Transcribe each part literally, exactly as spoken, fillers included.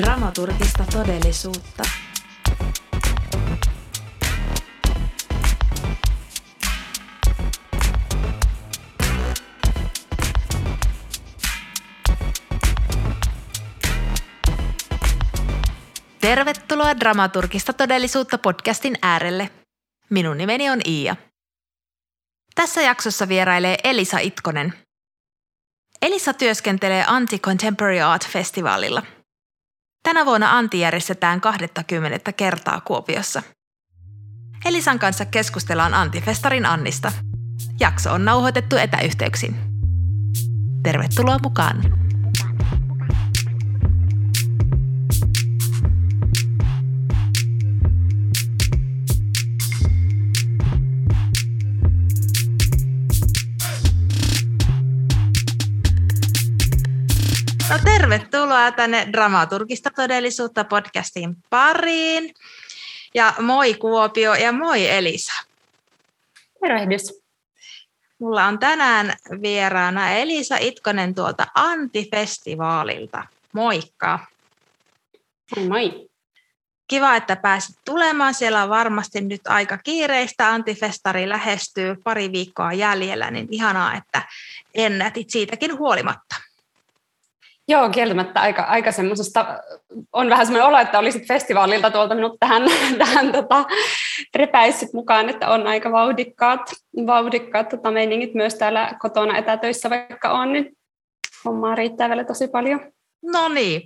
Dramaturgista todellisuutta. Tervetuloa Dramaturgista todellisuutta podcastin äärelle. Minun nimeni on Iia. Tässä jaksossa vierailee Elisa Itkonen. Elisa työskentelee Anti-Contemporary Art-festivaalilla. Tänä vuonna Anti järjestetään kaksikymmentä kertaa Kuopiossa. Elisan kanssa keskustellaan Antifestarin Annista. Jakso on nauhoitettu etäyhteyksin. Tervetuloa mukaan! No, tervetuloa tänne Dramaturgista todellisuutta podcastin pariin. Ja moi Kuopio ja moi Elisa. Tervehdys. Mulla on tänään vieraana Elisa Itkonen tuolta Anti-festivaalilta. Moikka. Moi moi. Kiva, että pääsit tulemaan. Siellä on varmasti nyt aika kiireistä. Antifestari lähestyy pari viikkoa jäljellä, niin ihanaa, että ennätit siitäkin huolimatta. Joo, kieltämättä aika, aika semmoisesta, on vähän semmoinen olo, että olisit festivaalilta tuolta minut tähän, tähän tota, repäissyt mukaan, että on aika vauhdikkaat, vauhdikkaat tota, meiningit myös täällä kotona etätöissä, vaikka on, niin hommaa riittää vielä tosi paljon. No niin.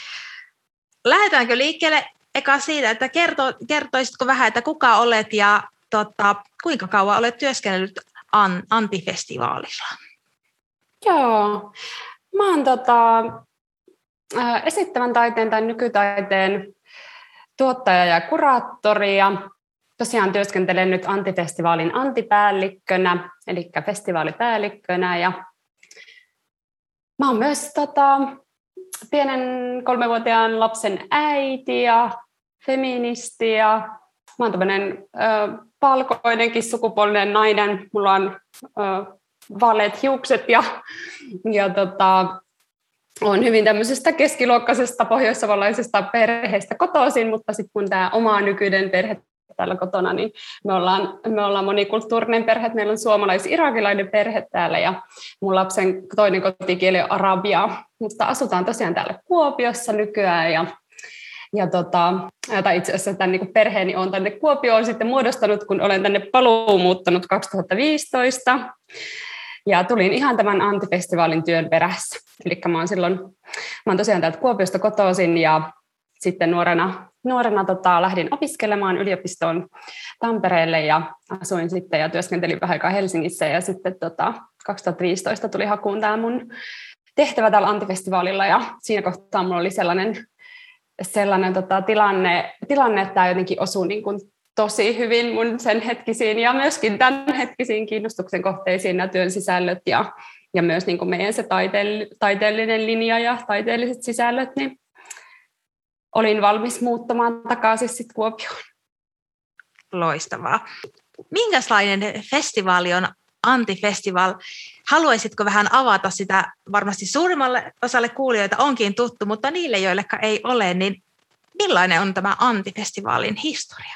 Lähdetäänkö liikkeelle eka siitä, että kerto, kertoisitko vähän, että kuka olet ja tota, kuinka kauan olet työskennellyt an, Antifestivaalilla? Joo. Mä oon tota, äh, esittävän taiteen tai nykytaiteen tuottaja ja kuraattori ja tosiaan työskentelen nyt Antifestivaalin antipäällikkönä, eli festivaalipäällikkönä. Ja mä oon myös tota, pienen kolmevuotiaan lapsen äiti ja feministi ja mä oon tämmöinen äh, valkoinenkin sukupuolinen nainen. Mulla on äh, vaaleat hiukset ja, ja tota, olen hyvin tämmöisestä keskiluokkaisesta pohjoissavolaisesta perheestä kotoisin, mutta sitten kun tämä oma nykyinen perhe täällä kotona, niin me ollaan, me ollaan monikulttuurinen perhe, meillä on suomalais-irakilainen perhe täällä ja mun lapsen toinen kotikieli on arabia, mutta asutaan tosiaan täällä Kuopiossa nykyään ja Ja tota, tai itse asiassa tämän niin perheeni olen tänne Kuopioon sitten muodostanut, kun olen tänne paluumuuttanut kaksituhattaviisitoista. Ja tulin ihan tämän Antifestivaalin työn perässä. Eli mä oon silloin, mä oon tosiaan täältä Kuopiosta kotoisin ja sitten nuorena, nuorena tota, lähdin opiskelemaan yliopistoon Tampereelle ja asuin sitten ja työskentelin vähän aikaa Helsingissä. Ja sitten tota, kaksituhattaviisitoista tuli hakuun tämä mun tehtävä täällä Antifestivaalilla ja siinä kohtaa mulla oli sellainen sellainen tota, tilanne, tilanne, että tämä jotenkin osui niin kuin tosi hyvin mun sen hetkisiin ja myöskin tämän hetkisiin kiinnostuksen kohteisiin nämä työn sisällöt ja, ja myös niin kuin meidän se taiteell- taiteellinen linja ja taiteelliset sisällöt, niin olin valmis muuttamaan takaisin sitten Kuopioon. Loistavaa. Minkälainen festivaali on Antifestival? Haluaisitko vähän avata sitä, varmasti suurimmalle osalle kuulijoita onkin tuttu, mutta niille, joille ei ole, niin millainen on tämä Antifestivaalin historia?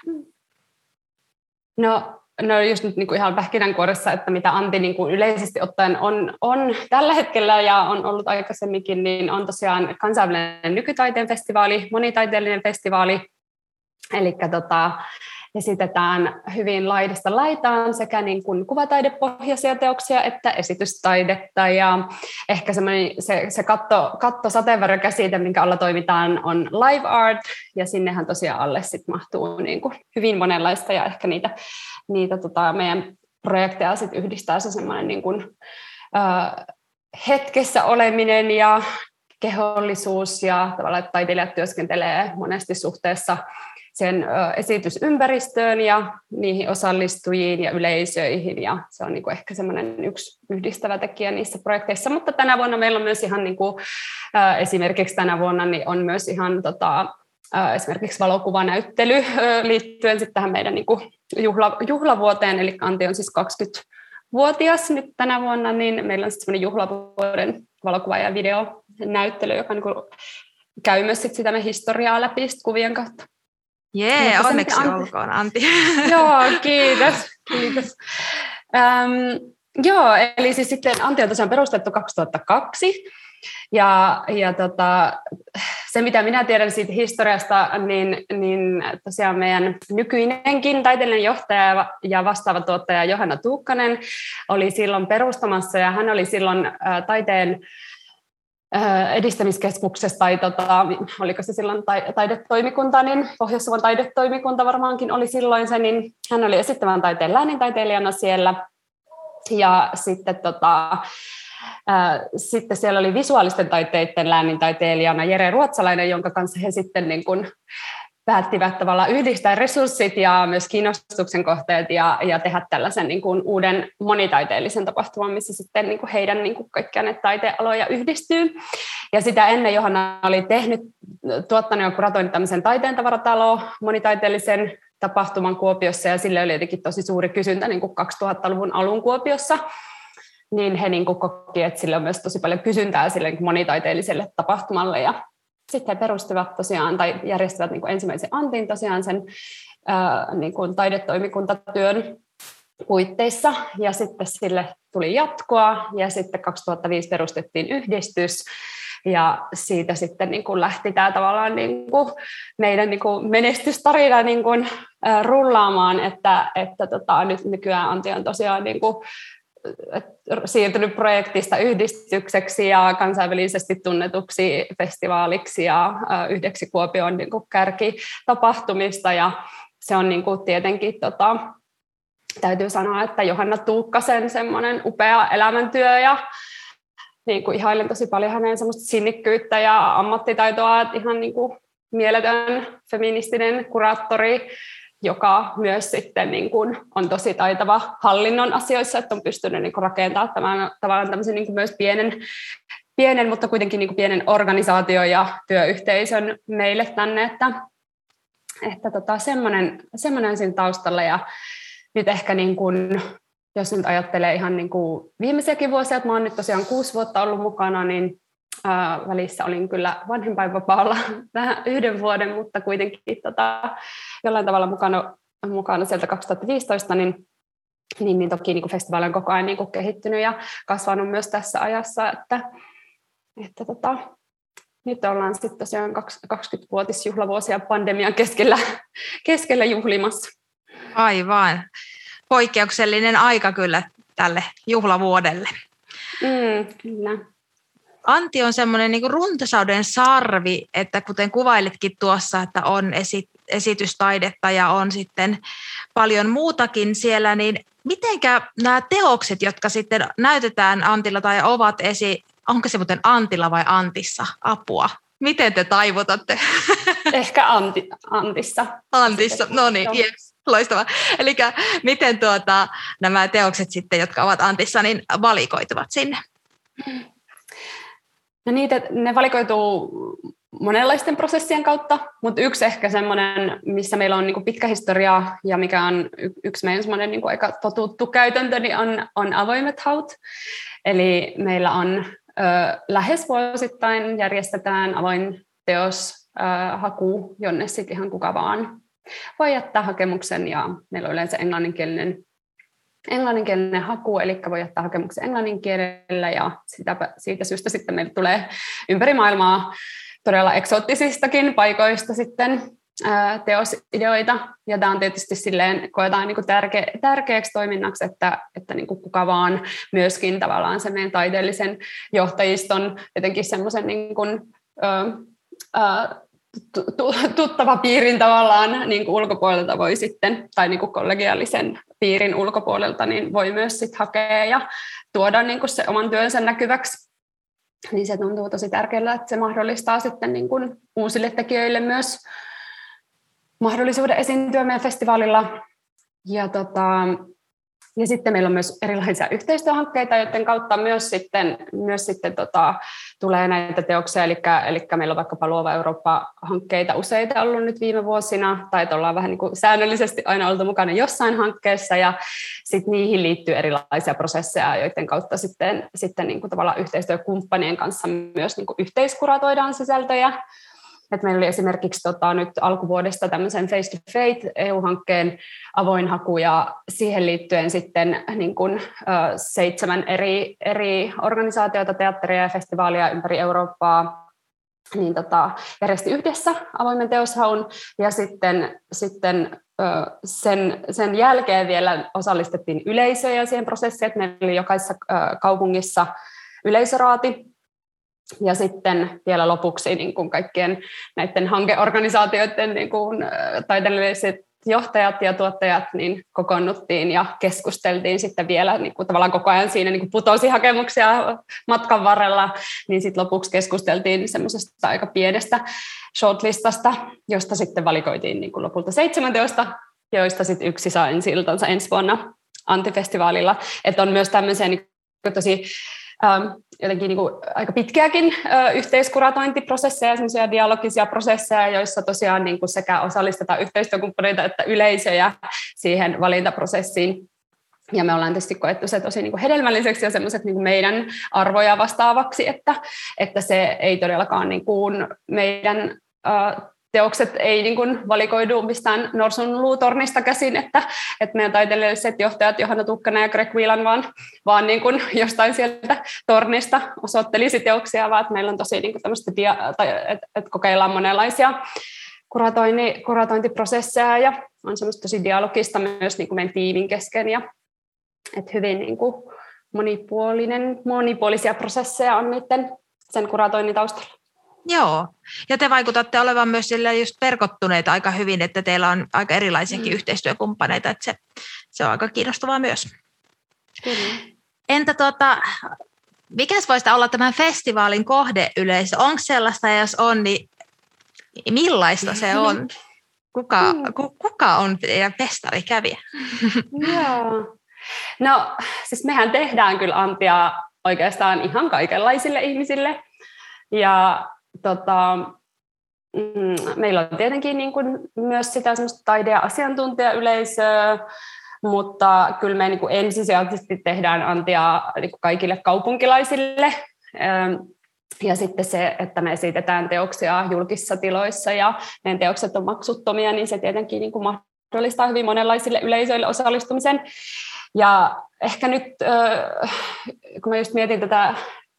No, no just nyt niin kuin ihan pähkinänkuoressa, että mitä Anti niin kuin yleisesti ottaen on, on tällä hetkellä ja on ollut aikaisemminkin, niin on tosiaan kansainvälinen nykytaiteen festivaali, monitaiteellinen festivaali, eli tota, esitetään hyvin laidasta laitaan sekä niin kuin kuvataidepohjaisia teoksia että esitystaidetta ja ehkä se, se katto, katto sateenvarjokäsite, minkä alla toimitaan, on live art ja sinnehän tosiaan alle sit mahtuu niin kuin hyvin monenlaista ja ehkä niitä, niitä tota meidän projekteja sit yhdistää se semmoinen niin kuin, äh, hetkessä oleminen ja kehollisuus ja tavallaan, että taiteilijat työskentelee monesti suhteessa sen esitysympäristöön ja niihin osallistujiin ja yleisöihin, ja se on niin kuin ehkä semmoinen yksi yhdistävä tekijä niissä projekteissa, mutta tänä vuonna meillä on myös ihan niin kuin, esimerkiksi tänä vuonna niin on myös ihan tota, esimerkiksi valokuvanäyttely liittyen sitten tähän meidän niin kuin juhla, juhlavuoteen, eli Anti on siis kaksikymmentävuotias nyt tänä vuonna, niin meillä on sitten semmoinen juhlavuoden valokuva- ja videonäyttely, joka niin kuin käy myös sit sitä meidän historiaa läpi kuvien kautta. Jee, yeah, onneksi Antti... olkoon, Antti. Joo, kiitos. kiitos. Ähm, joo, eli siis sitten Antti on tosiaan perustettu kaksituhattakaksi. Ja, ja tota, se, mitä minä tiedän siitä historiasta, niin, niin tosiaan meidän nykyinenkin taiteellinen johtaja ja vastaava tuottaja Johanna Tuukkanen oli silloin perustamassa, ja hän oli silloin ä, taiteen ä, edistämiskeskuksessa, tai tota, oliko se silloin taidetoimikunta, niin Pohjois-Savon taidetoimikunta varmaankin oli silloin se, niin hän oli esittävän taiteen läänintaiteilijana siellä, ja sitten tota, Sitten siellä oli visuaalisten taiteiden läänintaiteilijana Jere Ruotsalainen, jonka kanssa he sitten niin kuin päättivät tavallaan yhdistää resurssit ja myös kiinnostuksen kohteet ja, ja tehdä tällaisen niin kuin uuden monitaiteellisen tapahtuman, missä sitten niin kuin heidän niin kuin kaikkia ne taiteenaloja yhdistyy. Ja sitä ennen Johanna oli tehnyt, tuottanut ja kuratoinut tämmöisen taiteen tavaratalo monitaiteellisen tapahtuman Kuopiossa, ja sille oli jotenkin tosi suuri kysyntä niin kuin kaksituhattaluvun alun Kuopiossa. Niin he niin kuin koki, että sillä on myös tosi paljon kysyntää sille niin kuin monitaiteelliselle tapahtumalle. Ja sitten he perustivat tosiaan, tai järjestivät niin kuin ensimmäisen Antin tosiaan sen ää, niin kuin taidetoimikuntatyön puitteissa. Ja sitten sille tuli jatkoa, ja sitten kaksituhattaviisi perustettiin yhdistys. Ja siitä sitten niin kuin lähti tämä tavallaan niin kuin meidän niin kuin menestystarina niin kuin, ää, rullaamaan, että, että tota, nyt nykyään Antti on tosiaan niin kuin siirtynyt projektista yhdistykseksi ja kansainvälisesti tunnetuksi festivaaliksi ja yhdeksi Kuopion niin kuin kärkitapahtumista. Ja se on niin kuin tietenkin, tota, täytyy sanoa, että Johanna Tuukkasen semmoinen upea elämäntyö, ja niin kuin ihailen tosi paljon hänen semmoista sinnikkyyttä ja ammattitaitoa, että ihan niin kuin mieletön feministinen kuraattori, joka myös sitten niin kuin on tosi taitava hallinnon asioissa, että on pystynyt niin kuin rakentamaan tämän, tavallaan tämmöisen niin kuin myös pienen, pienen, mutta kuitenkin niin kuin pienen organisaation ja työyhteisön meille tänne, että, että tota, semmoinen, semmoinen siinä taustalla. Ja nyt ehkä, niin kuin, jos nyt ajattelee ihan niin kuin viimeisiäkin vuosia, että mä oon nyt tosiaan kuusi vuotta ollut mukana, niin ää, välissä olin kyllä vanhempainvapaalla vähän yhden vuoden, mutta kuitenkin tota, jollain tavalla mukana, mukana sieltä kaksituhattaviisitoista, niin, niin, niin toki niin kuin festivaali on koko ajan niin kuin kehittynyt ja kasvanut myös tässä ajassa, että, että tota, nyt ollaan sitten tosiaan kaksikymmenvuotisjuhlavuosia pandemian keskellä, keskellä juhlimassa. Aivan. Poikkeuksellinen aika kyllä tälle juhlavuodelle. Mm, kyllä. Antti on semmoinen niin kuin runtosauden sarvi, että kuten kuvailitkin tuossa, että on esi- esitystaidetta ja on sitten paljon muutakin siellä, niin mitenkä nämä teokset, jotka sitten näytetään Antilla tai ovat esi, onko se muuten Antilla vai Antissa? Apua. Miten te taivutatte? Ehkä Anti, Antissa. Antissa, no niin, yes. Loistavaa. Eli miten tuota, nämä teokset sitten, jotka ovat Antissa, niin valikoituvat sinne? No niitä, ne valikoituu monenlaisten prosessien kautta, mutta yksi ehkä semmoinen, missä meillä on niinku pitkä historia ja mikä on yksi meidän semmoinen niinku aika totuttu käytäntö, niin on, on avoimet haut. Eli meillä on ö, lähes vuosittain järjestetään avoin teoshaku, jonne sitten ihan kuka vaan voi jättää hakemuksen, ja meillä on yleensä englanninkielinen englanninkielinen haku, eli voi jättää hakemuksen englannin kielellä, ja sitä, siitä syystä sitten meille tulee ympäri maailmaa todella eksoottisistakin paikoista sitten ää, teosideoita, ja tämä on tietysti silleen, koetaan niin kuin tärke, tärkeäksi toiminnaksi, että, että niin kuin kuka vaan myöskin tavallaan se meidän taiteellisen johtajiston jotenkin semmoisen niin kuin, ää, ää, tuttava piirin tavallaan niin kuin ulkopuolelta voi sitten, tai niin kuin kollegiaalisen piirin ulkopuolelta, niin voi myös sitten hakea ja tuoda niin kuin se oman työnsä näkyväksi. Niin se tuntuu tosi tärkeää, että se mahdollistaa sitten niin kuin uusille tekijöille myös mahdollisuuden esiintyä meidän festivaalilla. Ja, tota, ja sitten meillä on myös erilaisia yhteistyöhankkeita, joiden kautta myös sitten, myös sitten tota, tulee näitä teoksia. Eli, eli meillä on vaikkapa Luova Eurooppa-hankkeita useita ollut nyt viime vuosina, tai ollaan vähän niin kuin säännöllisesti aina oltu mukana jossain hankkeessa, ja sitten niihin liittyy erilaisia prosesseja, joiden kautta sitten, sitten niin kuin tavallaan yhteistyökumppanien kanssa myös niin kuin yhteiskuratoidaan sisältöjä. Et meillä oli esimerkiksi tota, nyt alkuvuodesta tämmöisen Face to Fate E U-hankkeen avoin haku, ja siihen liittyen sitten niin kun, ö, seitsemän eri, eri organisaatioita, teatteria ja festivaalia ympäri Eurooppaa niin tota, järjesti yhdessä avoimen teoshaun, ja sitten, sitten ö, sen, sen jälkeen vielä osallistettiin yleisöjä siihen prosessiin, että meillä oli jokaisessa ö, kaupungissa yleisöraati, ja sitten vielä lopuksi niin kuin kaikkien näiden hankeorganisaatioiden niin kuin, taiteelliset johtajat ja tuottajat niin kokoonnuttiin ja keskusteltiin sitten vielä niin kuin tavallaan koko ajan siinä niin kuin putosi hakemuksia matkan varrella, niin sitten lopuksi keskusteltiin semmoisesta aika pienestä shortlistasta, josta sitten valikoitiin niin kuin lopulta seitsemän teosta, joista sitten yksi saa ensi-iltansa ensi vuonna Antifestivaalilla. Että on myös tämmöisiä niin kuin tosi Ähm, jotenkin niin kuin aika pitkiäkin äh, yhteiskuratointiprosesseja, semmoisia dialogisia prosesseja, joissa tosiaan niin kuin sekä osallistetaan yhteistyökumppaneita että yleisöjä siihen valintaprosessiin. Ja me ollaan tietysti koettu se tosi niin kuin hedelmälliseksi ja semmoiset niin kuin meidän arvoja vastaavaksi, että, että se ei todellakaan niin kuin meidän äh, teokset ei niin kuin valikoidu mistään norsunluutornista käsin, että, että meidän taiteelliset johtajat Johanna Tukkanen ja Greg Whelan vaan, vaan niin kuin jostain sieltä tornista osoittelisi teoksia, vaan että meillä on tosi niin kuin tämmöistä, dia, tai, että, että kokeillaan monenlaisia kuratointi, kuratointiprosesseja ja on semmoista tosi dialogista myös niin kuin meidän tiimin kesken ja että hyvin niin kuin monipuolinen, monipuolisia prosesseja on niiden sen kuratoinnin taustalla. Joo, ja te vaikutatte olevan myös sillä just verkottuneita aika hyvin, että teillä on aika erilaisiakin mm. yhteistyökumppaneita, että se, se on aika kiinnostavaa myös. Kyllä. Entä tuota, mikäs voisi olla tämän festivaalin kohdeyleisö? Onko sellaista, ja jos on, niin millaista se on? Kuka, ku, kuka on teidän festarikävijä? Joo. No, siis mehän tehdään kyllä Antia oikeastaan ihan kaikenlaisille ihmisille, ja Tota, mm, meillä on tietenkin niin kuin myös sitä semmoista taide- ja asiantuntijayleisöä, mutta kyllä me niin kuin ensisijaisesti tehdään Antia niin kuin kaikille kaupunkilaisille. Ja sitten se, että me esitetään teoksia julkisissa tiloissa ja meidän teokset on maksuttomia, niin se tietenkin niin kuin mahdollistaa hyvin monenlaisille yleisöille osallistumisen. Ja ehkä nyt, kun mä just mietin tätä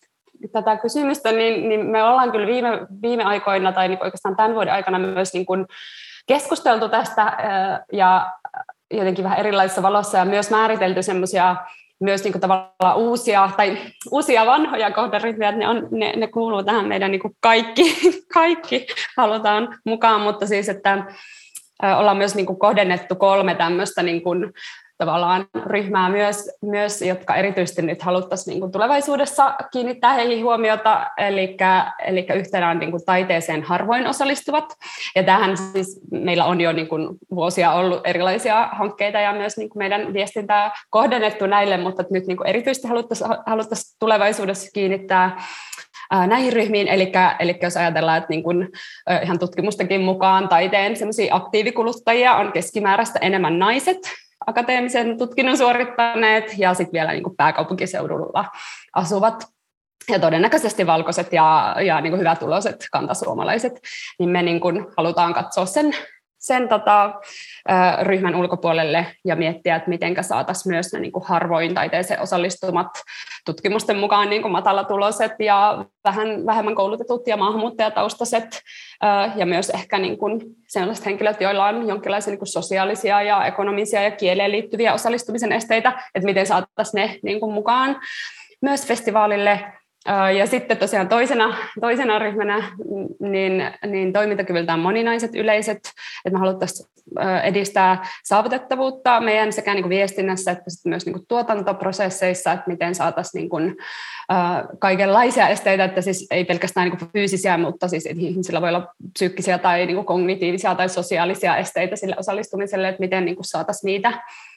tätä kysymystä, niin, niin me ollaan kyllä viime, viime aikoina tai niin oikeastaan tämän vuoden aikana myös niin kuin keskusteltu tästä ja jotenkin vähän erilaisessa valossa ja myös määritelty semmoisia myös niin kuin tavallaan uusia tai uusia vanhoja kohderyhmiä, että ne, on, ne, ne kuuluu tähän meidän niin kuin kaikki, kaikki halutaan mukaan, mutta siis, että ollaan myös niin kuin kohdennettu kolme tämmöistä niin kuin tavallaan ryhmää myös, myös, jotka erityisesti nyt haluttaisiin niin kuin tulevaisuudessa kiinnittää heihin huomiota, eli, eli yhtenä on niin kuin taiteeseen harvoin osallistuvat, ja tähän siis meillä on jo niin kuin vuosia ollut erilaisia hankkeita ja myös niin kuin meidän viestintää kohdennettu näille, mutta nyt niin kuin erityisesti haluttaisiin, haluttaisiin tulevaisuudessa kiinnittää näihin ryhmiin, eli, eli jos ajatellaan, että niin kuin, ihan tutkimustenkin mukaan taiteen sellaisia aktiivikuluttajia on keskimääräistä enemmän naiset, akateemisen tutkinnon suorittaneet ja sitten vielä niin kuin pääkaupunkiseudulla asuvat ja todennäköisesti valkoiset ja, ja niin kuin hyvätuloiset kantasuomalaiset, niin me niin kuin halutaan katsoa sen, sen tota, ryhmän ulkopuolelle ja miettiä, että miten saataisiin myös ne niin kuin harvoin taiteeseen osallistumat tutkimusten mukaan niin kuin matalatuloiset ja vähän vähemmän koulutetut ja maahanmuuttajataustaiset ja myös ehkä niin kuin sellaiset henkilöt, joilla on jonkinlaisia niin kuin sosiaalisia ja ekonomisia ja kieleen liittyviä osallistumisen esteitä, että miten saataisiin ne niin kuin mukaan myös festivaalille. Ja sitten tosiaan toisena, toisena ryhmänä niin, niin toimintakyvyltään moninaiset yleiset, että me haluttaisiin edistää saavutettavuutta meidän sekä niin kuin viestinnässä että sitten myös niin kuin tuotantoprosesseissa, että miten saataisiin niin kuin, äh, kaikenlaisia esteitä, että siis ei pelkästään niin kuin fyysisiä, mutta siis ihmisillä voi olla psyykkisiä tai niin kuin kognitiivisia tai sosiaalisia esteitä sille osallistumiselle, että miten niin kuin saataisiin niitä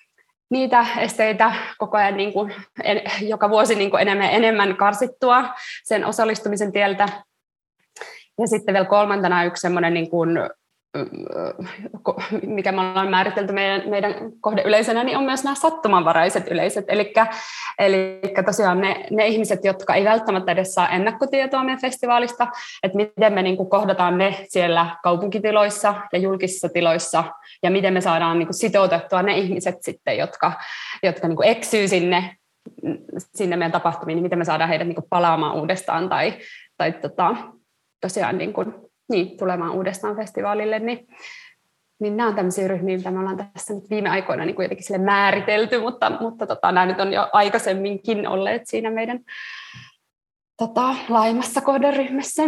niitä esteitä koko ajan niin kuin, en, joka vuosi niin kuin enemmän, enemmän karsittua sen osallistumisen tieltä. Ja sitten vielä kolmantena yksi semmoinen niin kuin mikä me ollaan määritelty meidän, meidän kohdeyleisönä, niin on myös nämä sattumanvaraiset yleisöt. Eli, eli tosiaan ne, ne ihmiset, jotka ei välttämättä edes saa ennakkotietoa meidän festivaalista, että miten me niin kuin kohdataan ne siellä kaupunkitiloissa ja julkisissa tiloissa, ja miten me saadaan niin kuin sitoutettua ne ihmiset sitten, jotka, jotka niin kuin eksyy sinne, sinne meidän tapahtumiin, niin miten me saadaan heidät niin kuin palaamaan uudestaan tai, tai tota, tosiaan niin kuin, niin, tulemaan uudestaan festivaalille, niin, niin nämä on tämmöisiä ryhmiä, mitä me ollaan tässä nyt viime aikoina niin kuin jotenkin sille määritelty, mutta, mutta tota, nämä nyt on jo aikaisemminkin olleet siinä meidän tota, laajemmassa kohderyhmässä.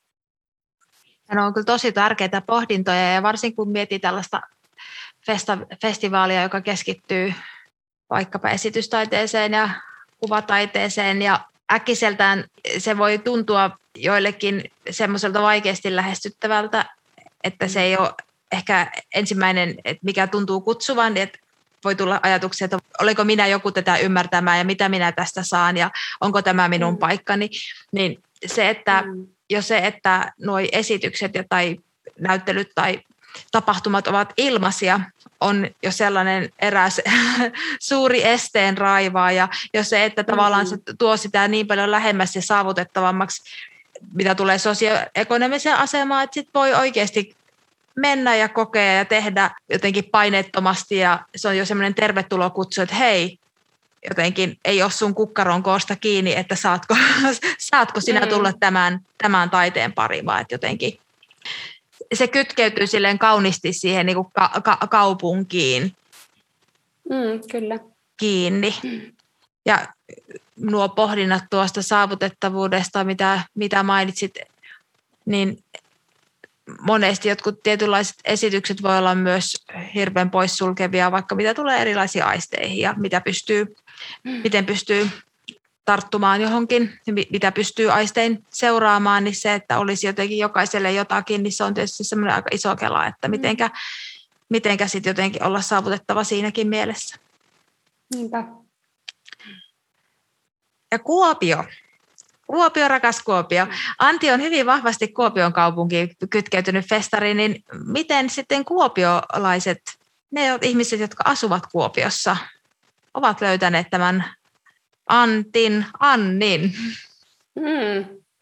Ja ne on kyllä tosi tärkeitä pohdintoja, ja varsinkin kun miettii tällaista festa- festivaalia, joka keskittyy vaikkapa esitystaiteeseen ja kuvataiteeseen, ja äkkiseltään se voi tuntua joillekin semmoiselta vaikeasti lähestyttävältä, että se ei ole ehkä ensimmäinen, että mikä tuntuu kutsuvan, että voi tulla ajatuksia, että oliko minä joku tätä ymmärtämään ja mitä minä tästä saan ja onko tämä minun mm. paikkani. Niin se, että mm. jo se, että nuo esitykset ja tai näyttelyt tai tapahtumat ovat ilmaisia, on jo sellainen eräs suuri esteen raivaa, ja jo se, että tavallaan se tuo sitä niin paljon lähemmäs ja saavutettavammaksi, mitä tulee sosioekonomiseen asemaan, että sit voi oikeasti mennä ja kokea ja tehdä jotenkin paineettomasti, ja se on jo semmoinen tervetuloa kutsu, että hei, jotenkin ei ole sun kukkaron koosta kiinni, että saatko, saatko sinä tulla tämän, tämän taiteen pariin, vaan että jotenkin se kytkeytyy silleen kauniisti siihen niin kuin ka- ka- kaupunkiin mm, kyllä. kiinni. Ja nuo pohdinnat tuosta saavutettavuudesta, mitä, mitä mainitsit, niin monesti jotkut tietynlaiset esitykset voi olla myös hirveän poissulkevia, vaikka mitä tulee erilaisiin aisteihin ja mitä pystyy, mm. miten pystyy tarttumaan johonkin, mitä pystyy aistein seuraamaan, niin se, että olisi jotenkin jokaiselle jotakin, niin se on tietysti semmoinen aika iso kela, että mitenkä, mitenkä sitten jotenkin olla saavutettava siinäkin mielessä. Niinpä. Ja Kuopio. Kuopio, rakas Kuopio. Antti on hyvin vahvasti Kuopion kaupunkiin kytkeytynyt festari, niin miten sitten kuopiolaiset, ne ihmiset, jotka asuvat Kuopiossa, ovat löytäneet tämän Antin, Annin? Hmm.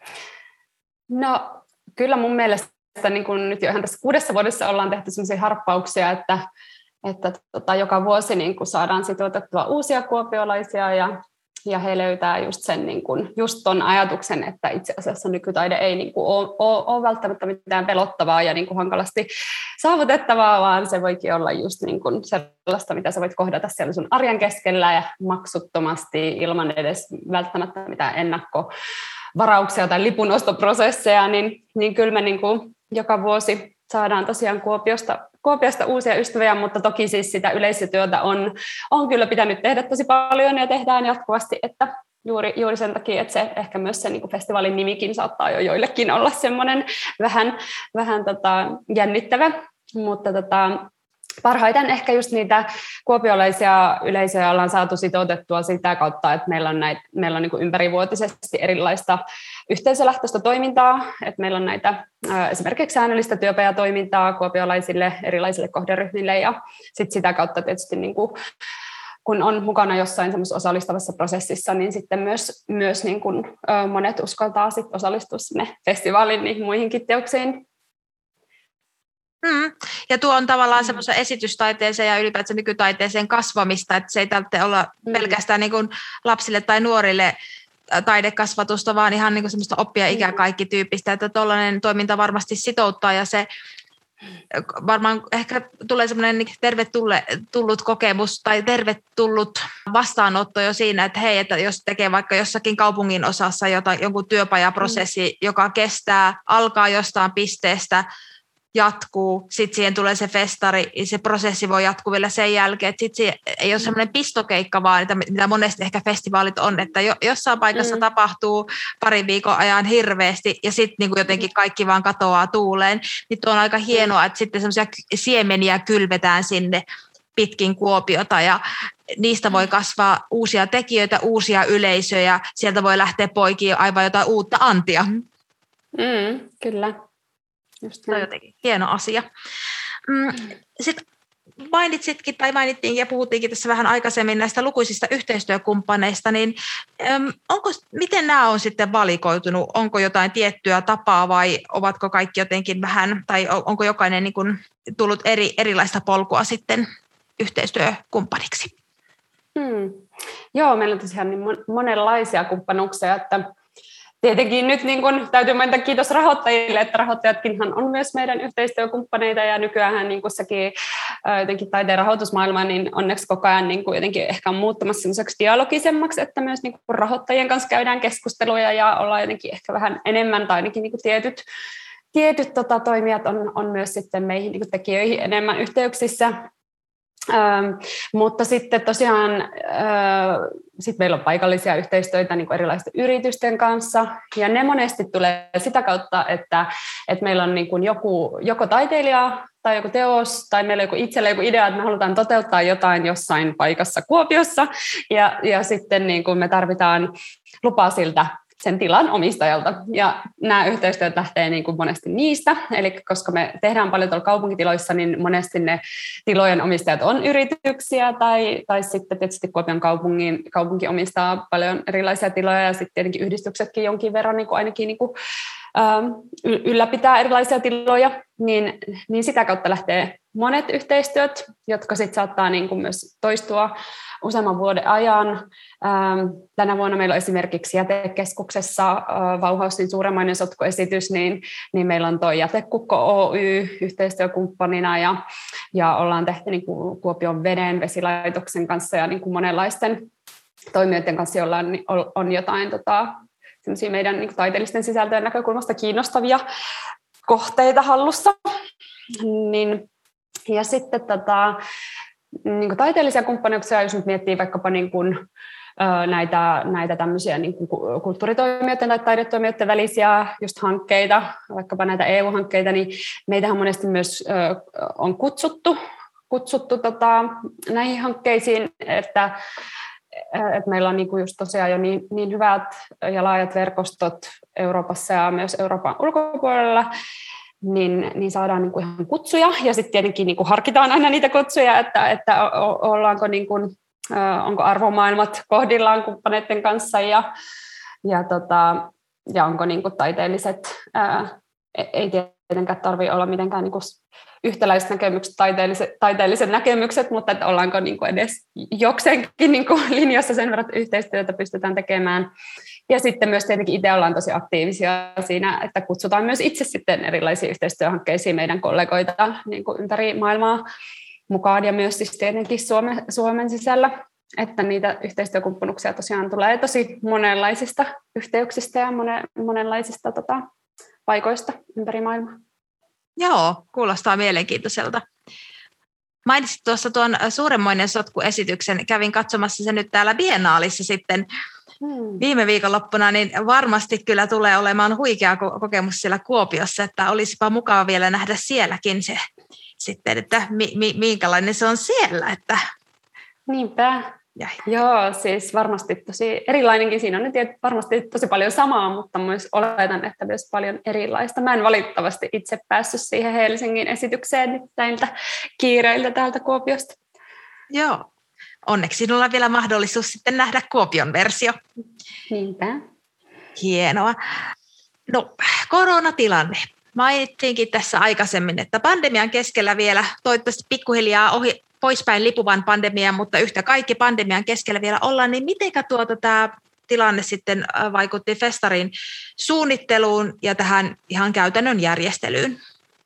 No kyllä mun mielestä niin kun nyt jo ihan tässä kuudessa vuodessa ollaan tehty sellaisia harppauksia, että, että tota, joka vuosi niin kun saadaan sitoutettua uusia kuopiolaisia ja, ja he löytää just sen niin kun, just ton ajatuksen, että itse asiassa nykytaide ei niin kun ole, ole, ole välttämättä mitään pelottavaa ja niin kun hankalasti saavutettavaa, vaan se voikin olla just niin kun sellaista, mitä sä voit kohdata siellä sun arjen keskellä ja maksuttomasti ilman edes välttämättä mitään ennakkovarauksia tai lipunostoprosesseja, niin, niin kyllä me niin kuin joka vuosi saadaan tosiaan Kuopiosta, Kuopiosta uusia ystäviä, mutta toki siis sitä yleisötyötä on, on kyllä pitänyt tehdä tosi paljon ja tehdään jatkuvasti, että juuri, juuri sen takia, että se, ehkä myös se niin kuin festivaalin nimikin saattaa jo joillekin olla semmoinen vähän, vähän tota, jännittävä, mutta tota, parhaiten ehkä just niitä kuopiolaisia yleisöjä ollaan saatu sitoutettua sitä kautta, että meillä on, näitä, meillä on niin kuin ympärivuotisesti erilaista yhteisölähtöistä toimintaa, että meillä on näitä ää, esimerkiksi säännöllistä työpajatoimintaa kuopiolaisille erilaisille kohderyhmille ja sit sitä kautta tietysti niin kuin, kun on mukana jossain semmoisessa osallistavassa prosessissa, niin sitten myös, myös niin kuin, ä, monet uskaltaa sit osallistua sinne festivaalin niin muihinkin teoksiin. Mm. Ja tuo on tavallaan mm. semmoisen esitystaiteeseen ja ylipäätään nykytaiteeseen kasvamista, että se ei tarvitse olla mm. pelkästään niin kuin lapsille tai nuorille taidekasvatusta, vaan ihan niin kuin semmoista oppia ikäkaikkityyppistä, että tuollainen toiminta varmasti sitouttaa ja se varmaan ehkä tulee semmoinen tervetullut kokemus tai tervetullut vastaanotto jo siinä, että hei, että jos tekee vaikka jossakin kaupungin osassa jotain, jonkun työpajaprosessi, mm. joka kestää, alkaa jostain pisteestä, jatkuu, sitten siihen tulee se festari, se prosessi voi jatkuu vielä sen jälkeen, että sitten se ei ole semmoinen pistokeikka vaan, mitä monesti ehkä festivaalit on, että jossain paikassa mm. tapahtuu parin viikon ajan hirveästi ja sitten niin kuin jotenkin kaikki vaan katoaa tuuleen, niin tuo on aika hienoa, että sitten semmoisia siemeniä kylvetään sinne pitkin Kuopiota ja niistä voi kasvaa uusia tekijöitä, uusia yleisöjä, sieltä voi lähteä poikiin aivan jotain uutta antia. Mm, kyllä. Just se on jotenkin hieno asia. Sitten mainitsitkin tai mainittiin ja puhuttiinkin tässä vähän aikaisemmin näistä lukuisista yhteistyökumppaneista, niin onko, miten nämä on sitten valikoitunut? Onko jotain tiettyä tapaa vai ovatko kaikki jotenkin vähän, tai onko jokainen niin kuin tullut eri, erilaista polkua sitten yhteistyökumppaniksi? Hmm. Joo, meillä on tosiaan niin monenlaisia kumppanuuksia, että tietenkin nyt niin kun täytyy mainita kiitos rahoittajille, että rahoittajatkinhan on myös meidän yhteistyökumppaneita ja nykyään niin sekin jotenkin taiteen rahoitusmaailma, niin onneksi koko ajan niin jotenkin ehkä on muuttumassa sellaiseksi dialogisemmaksi, että myös niin rahoittajien kanssa käydään keskusteluja ja ollaan jotenkin ehkä vähän enemmän tai ainakin niin tietyt, tietyt tota, toimijat on, on myös sitten meihin niin tekijöihin enemmän yhteyksissä. Ähm, mutta sitten tosiaan äh, sit meillä on paikallisia yhteistyötä niin kuin erilaisten yritysten kanssa, ja ne monesti tulee sitä kautta, että, että meillä on niin kuin joku, joko taiteilija tai joku teos, tai meillä on joku itsellä joku idea, että me halutaan toteuttaa jotain jossain paikassa Kuopiossa, ja, ja sitten niin kuin me tarvitaan lupaa siltä sen tilan omistajalta. Ja nämä yhteistyöt lähtee niin kuin monesti niistä, eli koska me tehdään paljon tuolla kaupunkitiloissa, niin monesti ne tilojen omistajat on yrityksiä, tai, tai sitten tietysti Kuopion kaupungin, kaupunki omistaa paljon erilaisia tiloja, ja sitten tietenkin yhdistyksetkin jonkin verran niin kuin ainakin niin kuin, ähm, ylläpitää erilaisia tiloja, niin, niin sitä kautta lähtee monet yhteistyöt, jotka sitten saattaa niin kuin myös toistua useamman vuoden ajan. Tänä vuonna meillä on esimerkiksi Jätekeskuksessa Vauhausin suuremmainen sotkuesitys, niin, niin meillä on tuo Jätekukko Oy yhteistyökumppanina, ja, ja ollaan tehty niin kuin Kuopion veden vesilaitoksen kanssa ja niin kuin monenlaisten toimijoiden kanssa, joilla on, on jotain tota, meidän niin kuin taiteellisten sisältöjen näkökulmasta kiinnostavia kohteita hallussa. Niin, ja sitten tota, niin kuin taiteellisia kumppanuuksia, jos nyt miettii vaikkapa niin kuin, ö, näitä, näitä tämmöisiä niin kuin kulttuuritoimijoiden tai taidetoimijoiden välisiä just hankkeita, vaikkapa näitä E U-hankkeita, niin meitähän monesti myös ö, on kutsuttu, kutsuttu tota, näihin hankkeisiin, että, että meillä on niin kuin just tosiaan jo niin, niin hyvät ja laajat verkostot Euroopassa ja myös Euroopan ulkopuolella, Niin, niin saadaan niin kuin ihan kutsuja, ja sitten tietenkin niin kuin harkitaan aina niitä kutsuja, että, että ollaanko niin kuin, onko arvomaailmat kohdillaan kumppaneiden kanssa, ja, ja, tota, ja onko niin kuin taiteelliset, ää, ei tietenkään tarvitse olla mitenkään niin kuin yhtäläiset näkemykset, taiteelliset, taiteelliset näkemykset, mutta että ollaanko niin kuin edes jokseenkin niin kuin linjassa sen verran, että yhteistyötä pystytään tekemään. Ja sitten myös tietenkin itse ollaan tosi aktiivisia siinä, että kutsutaan myös itse sitten erilaisiin yhteistyöhankkeisiin meidän kollegoita niin kuin ympäri maailmaa mukaan, ja myös siis tietenkin Suomen, Suomen sisällä, että niitä yhteistyökumppanuuksia tosiaan tulee tosi monenlaisista yhteyksistä ja monen, monenlaisista tota, paikoista ympäri maailmaa. Joo, kuulostaa mielenkiintoiselta. Mainitsit tuossa tuon Suuremmoinen sotku-esityksen, kävin katsomassa sen nyt täällä Biennaalissa sitten hmm. viime viikonloppuna, niin varmasti kyllä tulee olemaan huikea kokemus siellä Kuopiossa, että olisipa mukava vielä nähdä sielläkin se sitten, että mi, mi, minkälainen se on siellä. Että... Niinpä. Ja. Joo, siis varmasti tosi erilainenkin. Siinä on nyt varmasti tosi paljon samaa, mutta myös oletan, että myös paljon erilaista. Mä en valitettavasti itse päässyt siihen Helsingin esitykseen nyt näiltä kiireiltä täältä Kuopiosta. Joo, onneksi sinulla on vielä mahdollisuus sitten nähdä Kuopion versio. Niinpä. Hienoa. No, koronatilanne. Mainittiinkin tässä aikaisemmin, että pandemian keskellä vielä toivottavasti pikkuhiljaa ohi, poispäin lipuvan pandemian, mutta yhtä kaikki pandemian keskellä vielä ollaan, niin mitenkä tuota tämä tilanne sitten vaikutti festarin suunnitteluun ja tähän ihan käytännön järjestelyyn?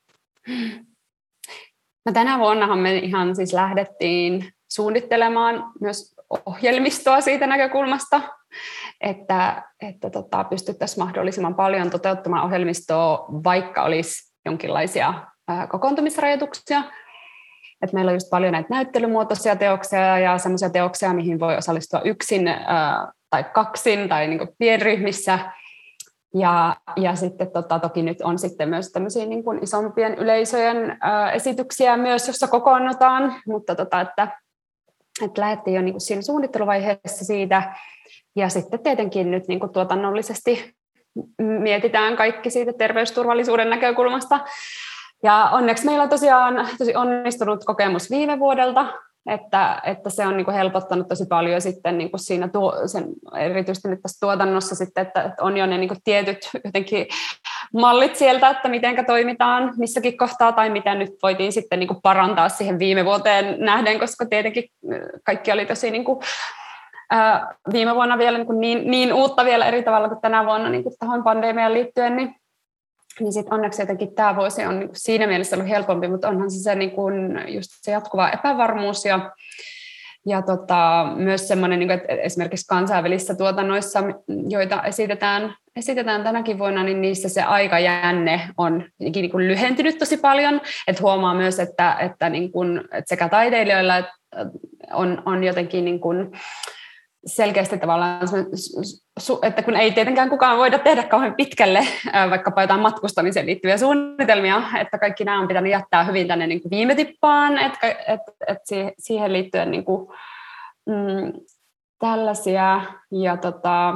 No, tänä vuonnahan me ihan siis lähdettiin suunnittelemaan myös ohjelmistoa siitä näkökulmasta, että, että tota, pystyttäisiin mahdollisimman paljon toteuttamaan ohjelmistoa, vaikka olisi jonkinlaisia ää, kokoontumisrajoituksia. Et meillä on just paljon näitä näyttelymuotoisia teoksia ja semmoisia teoksia, mihin voi osallistua yksin ää, tai kaksin tai niin kuin pienryhmissä. Ja, ja sitten tota, toki nyt on sitten myös tämmöisiä niin kuin isompien yleisöjen ää, esityksiä myös, jossa kokoonnutaan, mutta tota, että, että lähdettiin jo niin kuin siinä suunnitteluvaiheessa siitä. Ja sitten tietenkin nyt niin kuin tuotannollisesti mietitään kaikki siitä terveysturvallisuuden näkökulmasta. Ja onneksi meillä on tosiaan tosi onnistunut kokemus viime vuodelta, että, että se on niin kuin helpottanut tosi paljon sitten niin kuin siinä tuo, sen, erityisesti nyt tässä tuotannossa sitten, että, että on jo ne niin kuin tietyt jotenkin mallit sieltä, että miten toimitaan missäkin kohtaa tai mitä nyt voitiin sitten niin kuin parantaa siihen viime vuoteen nähden, koska tietenkin kaikki oli tosi niin kuin, ää, viime vuonna vielä niin, kuin niin, niin uutta vielä eri tavalla kuin tänä vuonna niin kuin tähän pandemiaan liittyen, niin niin sitten onneksi jotenkin tämä vuosi on niin kuin siinä mielessä ollut helpompi, mutta onhan se, se niin kuin just se jatkuva epävarmuus ja, ja tota, myös semmoinen, niin kuin, että esimerkiksi kansainvälisissä tuotannoissa, joita esitetään, esitetään tänäkin vuonna, niin niissä se aikajänne on niin kuin lyhentynyt tosi paljon, että huomaa myös, että, että, niin kuin, että sekä taiteilijoilla että on, on jotenkin niin kuin selkeästi tavallaan, että kun ei tietenkään kukaan voida tehdä kauhean pitkälle vaikkapa jotain matkustamiseen liittyviä suunnitelmia, että kaikki nämä on pitänyt jättää hyvin tänne niin kuin viime tippaan, että, että, että siihen liittyen niin kuin, mm, tällaisia ja tota,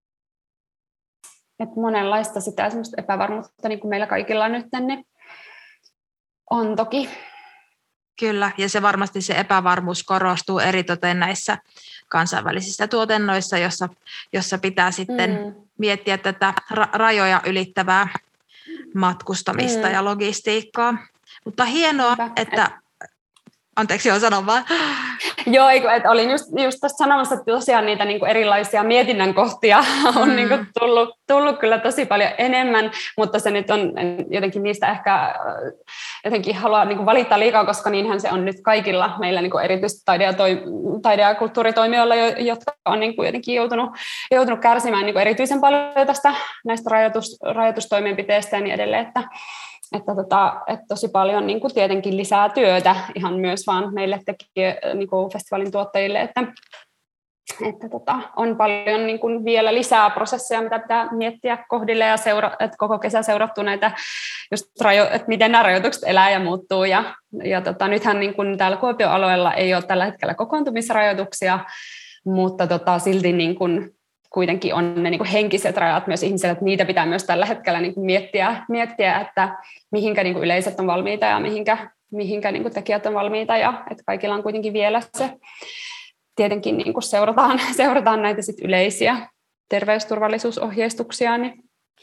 että monenlaista sitä semmoista epävarmuutta niin kuin meillä kaikilla nyt tänne on toki. Kyllä, ja se varmasti se epävarmuus korostuu eritoten näissä kansainvälisissä tuotannoissa, jossa, jossa pitää sitten mm. miettiä tätä ra- rajoja ylittävää matkustamista mm. ja logistiikkaa. Mutta hienoa, Hyvä. että... Anteeksi, joo, sanon vaan. Joo, että olin just, just tässä sanomassa, että tosiaan niitä niin kuin erilaisia mietinnän kohtia on mm. niin kuin tullut, tullut kyllä tosi paljon enemmän, mutta se nyt on jotenkin niistä ehkä jotenkin haluaa niin kuin valittaa liikaa, koska niinhän se on nyt kaikilla meillä niin kuin erityisesti taide- ja, toi, taide- ja kulttuuritoimijoilla, jotka on niin kuin jotenkin joutunut, joutunut kärsimään niin kuin erityisen paljon tästä näistä rajoitus, rajoitustoimenpiteistä ja niin edelleen, että Että, tota, että tosi paljon niin kuin tietenkin lisää työtä ihan myös vaan meille tekijä, niin kuin festivaalin tuottajille, että, että tota, on paljon niin kuin vielä lisää prosesseja, mitä pitää miettiä kohdille ja seura, että koko kesä seurattu näitä, just rajo, että miten nämä rajoitukset elää ja muuttuu. Ja, ja tota, nythän niin kuin täällä Kuopion alueella ei ole tällä hetkellä kokoontumisrajoituksia, mutta tota, silti niin kuin kuitenkin on ne niin kuin henkiset rajat myös ihmisille, että niitä pitää myös tällä hetkellä niin kuin miettiä, miettiä, että mihinkä niin kuin yleiset on valmiita ja mihinkä, mihinkä niin kuin tekijät on valmiita ja että kaikilla on kuitenkin vielä se. Tietenkin niin kuin seurataan, seurataan näitä sit yleisiä terveysturvallisuusohjeistuksia. Niin.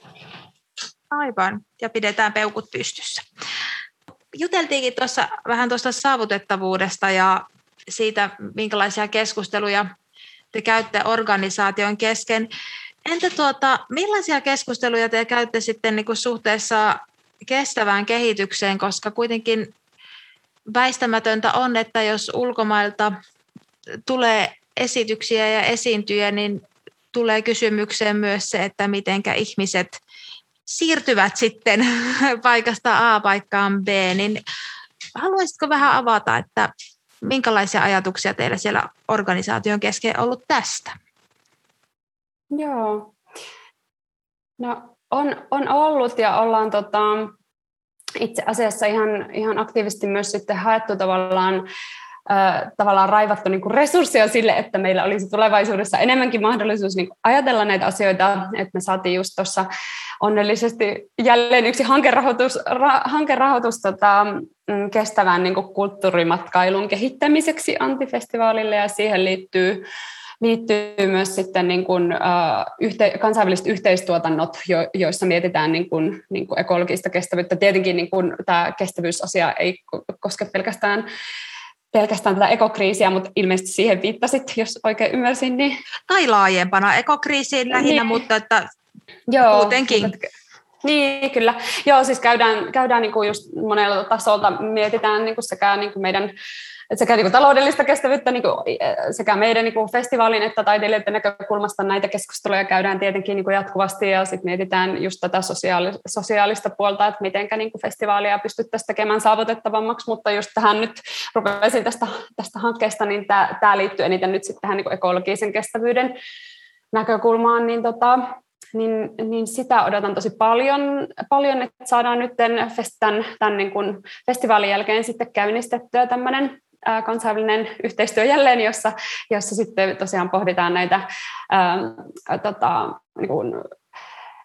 Aivan, ja pidetään peukut pystyssä. Juteltiinkin tuossa vähän tuosta saavutettavuudesta ja siitä, minkälaisia keskusteluja te käytte organisaation kesken. Entä tuota, millaisia keskusteluja te käytte sitten niin kuin suhteessa kestävään kehitykseen, koska kuitenkin väistämätöntä on, että jos ulkomailta tulee esityksiä ja esiintyjä, niin tulee kysymykseen myös se, että mitenkä ihmiset siirtyvät sitten paikasta A paikkaan B, niin haluaisitko vähän avata, että minkälaisia ajatuksia teillä siellä organisaation kesken on ollut tästä? Joo, no on, on ollut ja ollaan tota, itse asiassa ihan, ihan aktiivisesti myös sitten haettu tavallaan, äh, tavallaan raivattu niin kuin resursseja sille, että meillä olisi tulevaisuudessa enemmänkin mahdollisuus niin kuin ajatella näitä asioita, että me saatiin just tuossa onnellisesti jälleen yksi hankerahoitus, ra, hankerahoitus tota, kestävän niin kuin kulttuurimatkailun kehittämiseksi Antifestivaalille ja siihen liittyy, liittyy myös sitten niin kuin, uh, yhte, kansainväliset yhteistuotannot, jo, joissa mietitään niin kuin, niin kuin ekologista kestävyyttä. Tietenkin niin kuin, tämä kestävyysasia ei koske pelkästään pelkästään tätä ekokriisiä, mutta ilmeisesti siihen viittasit, jos oikein ymmärsin. Niin... Tai laajempana ekokriisiin lähinnä, niin. mutta että Joo, muutenkin. Mutta, niin, kyllä. Joo, siis käydään, käydään niin kuin just monella tasolta, mietitään niin kuin sekä niin kuin meidän sekä niin kuin taloudellista kestävyyttä niin kuin sekä meidän niin kuin festivaalin että taiteilijoiden näkökulmasta näitä keskusteluja käydään tietenkin niin kuin jatkuvasti ja sitten mietitään just tätä sosiaali- sosiaalista puolta, että miten niin kuin festivaalia pystyttäisiin tekemään saavutettavammaksi, mutta just tähän nyt rupesin tästä, tästä hankkeesta, niin tämä, tämä liittyy eniten nyt sitten tähän niin kuin ekologisen kestävyyden näkökulmaan, niin tota, Niin, niin sitä odotan tosi paljon, paljon että saadaan nyt tämän, tämän niin kuin festivaalin jälkeen sitten käynnistettyä tämmöinen ää, kansainvälinen yhteistyö jälleen, jossa, jossa sitten tosiaan pohditaan näitä ää, tota, niin kuin,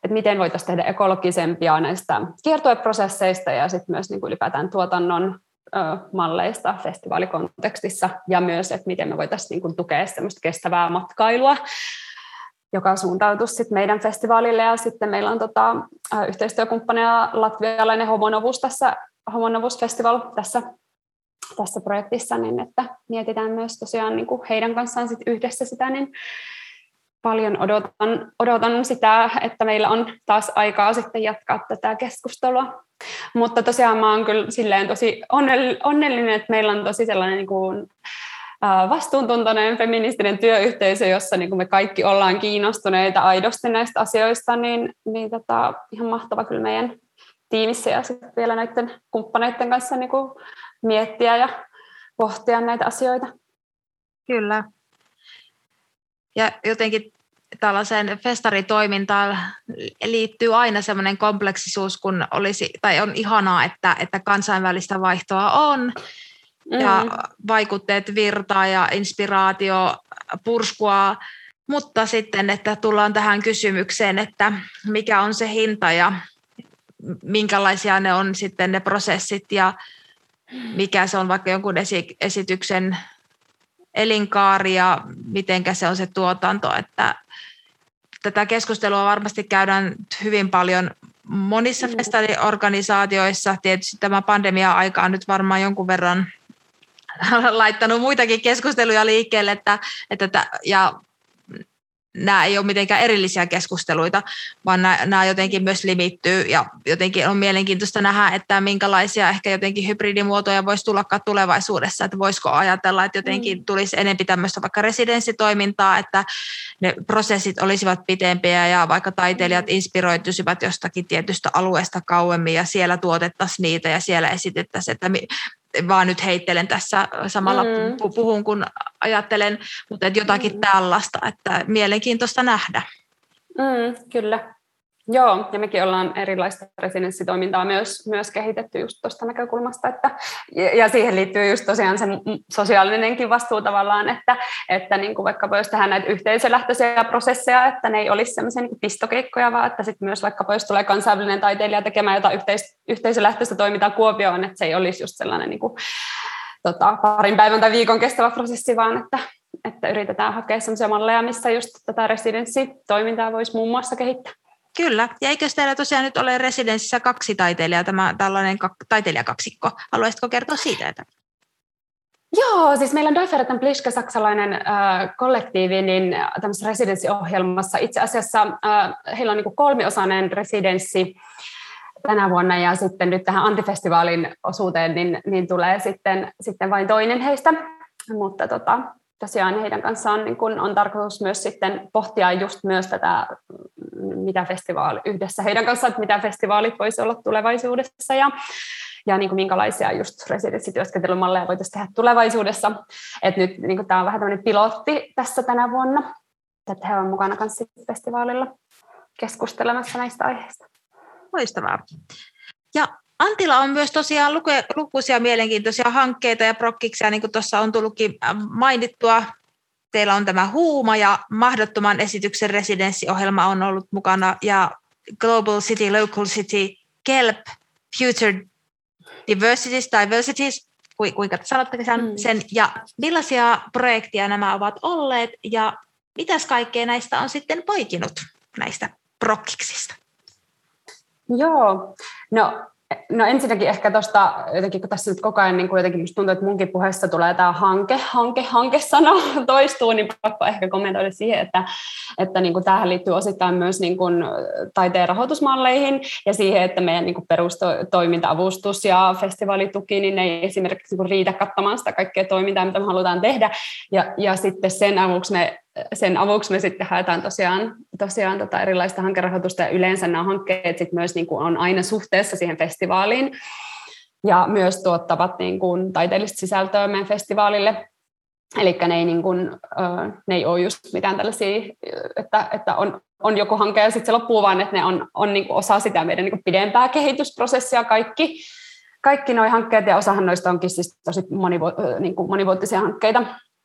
että miten voitaisiin tehdä ekologisempia näistä kiertueprosesseista ja sitten myös niin kuin ylipäätään tuotannon ö, malleista festivaalikontekstissa ja myös, että miten me voitaisiin niin kuin tukea semmoista kestävää matkailua, joka suuntautuisi sitten meidän festivaalille ja sitten meillä on tota, yhteistyökumppaneja latvialainen Homo Novus tässä Homo Novus Festival tässä, tässä projektissa, niin että mietitään myös tosiaan niin kuin heidän kanssaan sit yhdessä sitä, niin paljon odotan, odotan sitä, että meillä on taas aikaa sitten jatkaa tätä keskustelua. Mutta tosiaan mä oon kyllä silleen tosi onnellinen, että meillä on tosi sellainen niin kuin vastuuntuntoinen feministinen työyhteisö, jossa niin kuin me kaikki ollaan kiinnostuneita aidosti näistä asioista, niin, niin tota, ihan mahtava kyllä meidän tiimissä ja sitten vielä näiden kumppaneiden kanssa niin kuin miettiä ja pohtia näitä asioita. Kyllä. Ja jotenkin tällaiseen festaritoimintaan liittyy aina semmoinen kompleksisuus, kun olisi, tai on ihanaa, että, että kansainvälistä vaihtoa on, mm. ja vaikutteet virtaa ja inspiraatio purskua, mutta sitten, että tullaan tähän kysymykseen, että mikä on se hinta ja minkälaisia ne on sitten ne prosessit ja mikä se on vaikka jonkun esityksen elinkaari ja mitenkä se on se tuotanto, että tätä keskustelua varmasti käydään hyvin paljon monissa festariorganisaatioissa. Tietysti tämä pandemia-aika on nyt varmaan jonkun verran laittanut muitakin keskusteluja liikkeelle, että, että ja nämä ei ole mitenkään erillisiä keskusteluita, vaan nämä, nämä jotenkin myös limittyy ja jotenkin on mielenkiintoista nähdä, että minkälaisia ehkä jotenkin hybridimuotoja voisi tullakaan tulevaisuudessa, että voisiko ajatella, että jotenkin tulisi enemmän tämmöistä vaikka residenssitoimintaa, että ne prosessit olisivat pitempiä ja vaikka taiteilijat inspiroituisivat jostakin tietystä alueesta kauemmin ja siellä tuotettaisiin niitä ja siellä esitettäisiin, että vaan nyt heittelen tässä samalla mm. puhun, kun ajattelen, mutta että jotakin mm. tällaista, että mielenkiintoista nähdä. Mm, kyllä. Joo, ja mekin ollaan erilaista residenssitoimintaa myös, myös kehitetty just tuosta näkökulmasta, että, ja siihen liittyy just tosiaan se sosiaalinenkin vastuu tavallaan, että, että niin kuin vaikka jos tehdään näitä yhteisölähtöisiä prosesseja, että ne ei olisi sellaisia niin kuin pistokeikkoja, vaan että sitten myös vaikka jos tulee kansainvälinen taiteilija tekemään jotain yhteis- yhteisölähtöistä toimintaa Kuopioon, että se ei olisi just sellainen niin kuin, tota, parin päivän tai viikon kestävä prosessi, vaan että, että yritetään hakea sellaisia malleja, missä just tätä residenssitoimintaa voisi muun muassa kehittää. Kyllä, ja eikö teillä tosiaan nyt ole residenssissä kaksi taiteilijaa, tämä tällainen taiteilijakaksikko? Haluaisitko kertoa siitä? Että... Joo, siis meillä on Dörfer Plischke, saksalainen äh, kollektiivi, niin tämmöisessä residenssiohjelmassa itse asiassa äh, heillä on niin kuin kolmiosainen residenssi tänä vuonna, ja sitten nyt tähän antifestivaalin osuuteen niin, niin tulee sitten, sitten vain toinen heistä, mutta tota, tosiaan heidän kanssaan niin kun on tarkoitus myös sitten pohtia just myös tätä, mitä festivaali yhdessä heidän kanssaan, että mitä festivaalit voisi olla tulevaisuudessa ja, ja niin kuin minkälaisia just residenssityöskentelymalleja voitaisiin tehdä tulevaisuudessa. Et nyt niin kuin tämä on vähän tämmöinen pilotti tässä tänä vuonna, että he ovat mukana kanssa festivaalilla keskustelemassa näistä aiheista. Loistavaa. Ja Antilla on myös tosiaan lukuisia mielenkiintoisia hankkeita ja prokkiksia, niin kuin tuossa on tullutkin mainittua. Teillä on tämä Huuma ja Mahdottoman esityksen residenssiohjelma on ollut mukana ja Global City, Local City, Kelp, Future Diversities, Diversities, kuinka sanotteko sen, ja millaisia projekteja nämä ovat olleet ja mitäs kaikkea näistä on sitten poikinut näistä prokkiksista? Joo, no No ensinnäkin ehkä tuosta, jotenkin kun tässä nyt koko ajan niin jotenkin musta tuntuu, että munkin puheessa tulee tämä hanke, hanke, hanke-sana toistuu, niin pakko ehkä kommentoida siihen, että, että niin kuin tämähän liittyy osittain myös niin kuin taiteen rahoitusmalleihin ja siihen, että meidän niin kuin perustoiminta-avustus ja festivaalituki, niin ne ei esimerkiksi niin kuin riitä kattamaan sitä kaikkea toimintaa, mitä me halutaan tehdä, ja, ja sitten sen avuksi me Sen avuksi me sitten haetaan tosiaan, tosiaan tota erilaista hankerahoitusta ja yleensä nämä hankkeet sit myös niin kuin on aina suhteessa siihen festivaaliin ja myös tuottavat niin kuin taiteellista sisältöä meidän festivaalille. Eli ne ei, niin kuin, ne ei ole just mitään tällaisia, että, että on, on joku hanke ja sitten se loppuu, vaan että ne on, on niin kuin osa sitä meidän niin kuin pidempää kehitysprosessia kaikki. Kaikki nuo hankkeet ja osahan noista onkin siis tosi monivu, niin kuin monivuotisia hankkeita.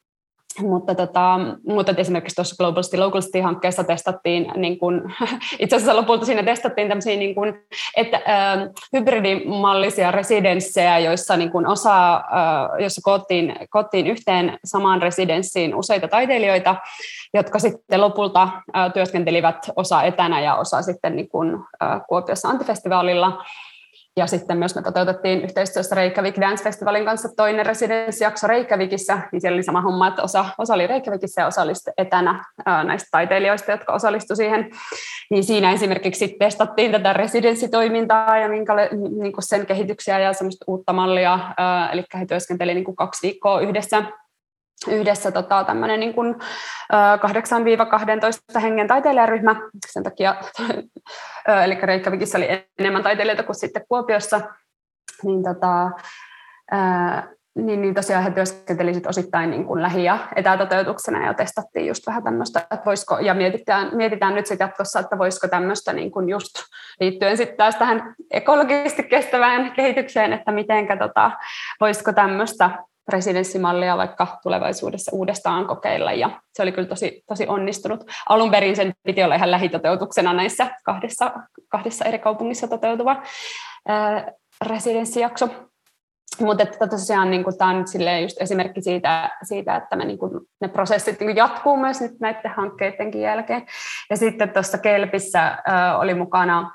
Mutta, tota, mutta esimerkiksi tuossa Global City Local City-hankkeessa testattiin, niin kun, itse asiassa lopulta siinä testattiin tämmöisiä niin kun, että, äh, hybridimallisia residenssejä, joissa niin kun osa, äh, jossa koottiin, koottiin yhteen samaan residenssiin useita taiteilijoita, jotka sitten lopulta äh, työskentelivät osa etänä ja osa sitten niin kun, äh, Kuopiossa Antifestivaalilla. Ja sitten myös me toteutettiin yhteistyössä Reykjavik Dance Festivalin kanssa toinen residenssijakso Reykjavikissa, niin siellä oli sama homma, että osa, osa oli Reykjavikissa ja osa oli etänä ää, näistä taiteilijoista, jotka osallistuivat siihen. Niin siinä esimerkiksi testattiin tätä residenssitoimintaa ja minkäla- niin kuin sen kehityksiä ja semmoista uutta mallia, ää, eli he työskentelivät niin kuin kaksi viikkoa yhdessä. Yhdessä tota, tämmöinen niin kuin, kahdeksan kaksitoista hengen taiteilijaryhmä, sen takia, eli Reykjavikissa oli enemmän taiteilijoita kuin sitten Kuopiossa, niin, tota, ää, niin, niin tosiaan he työskentelivät osittain niin kuin lähi- ja etätoteutuksena ja testattiin just vähän tämmöistä, että voisiko, ja mietitään, mietitään nyt sitten jatkossa, että voisiko tämmöistä niin kuin just liittyen sitten taas tähän ekologisesti kestävään kehitykseen, että mitenkä tota, voisiko tämmöistä residenssimallia vaikka tulevaisuudessa uudestaan kokeilla, ja se oli kyllä tosi, tosi onnistunut. Alun perin sen piti olla ihan lähitoteutuksena näissä kahdessa, kahdessa eri kaupungissa toteutuva ää, residenssijakso. Mutta tosiaan niin tämä on nyt just esimerkki siitä, siitä että me, niin kun, ne prosessit niin jatkuu myös nyt näiden hankkeidenkin jälkeen. Ja sitten tuossa Kelpissä ää, oli mukana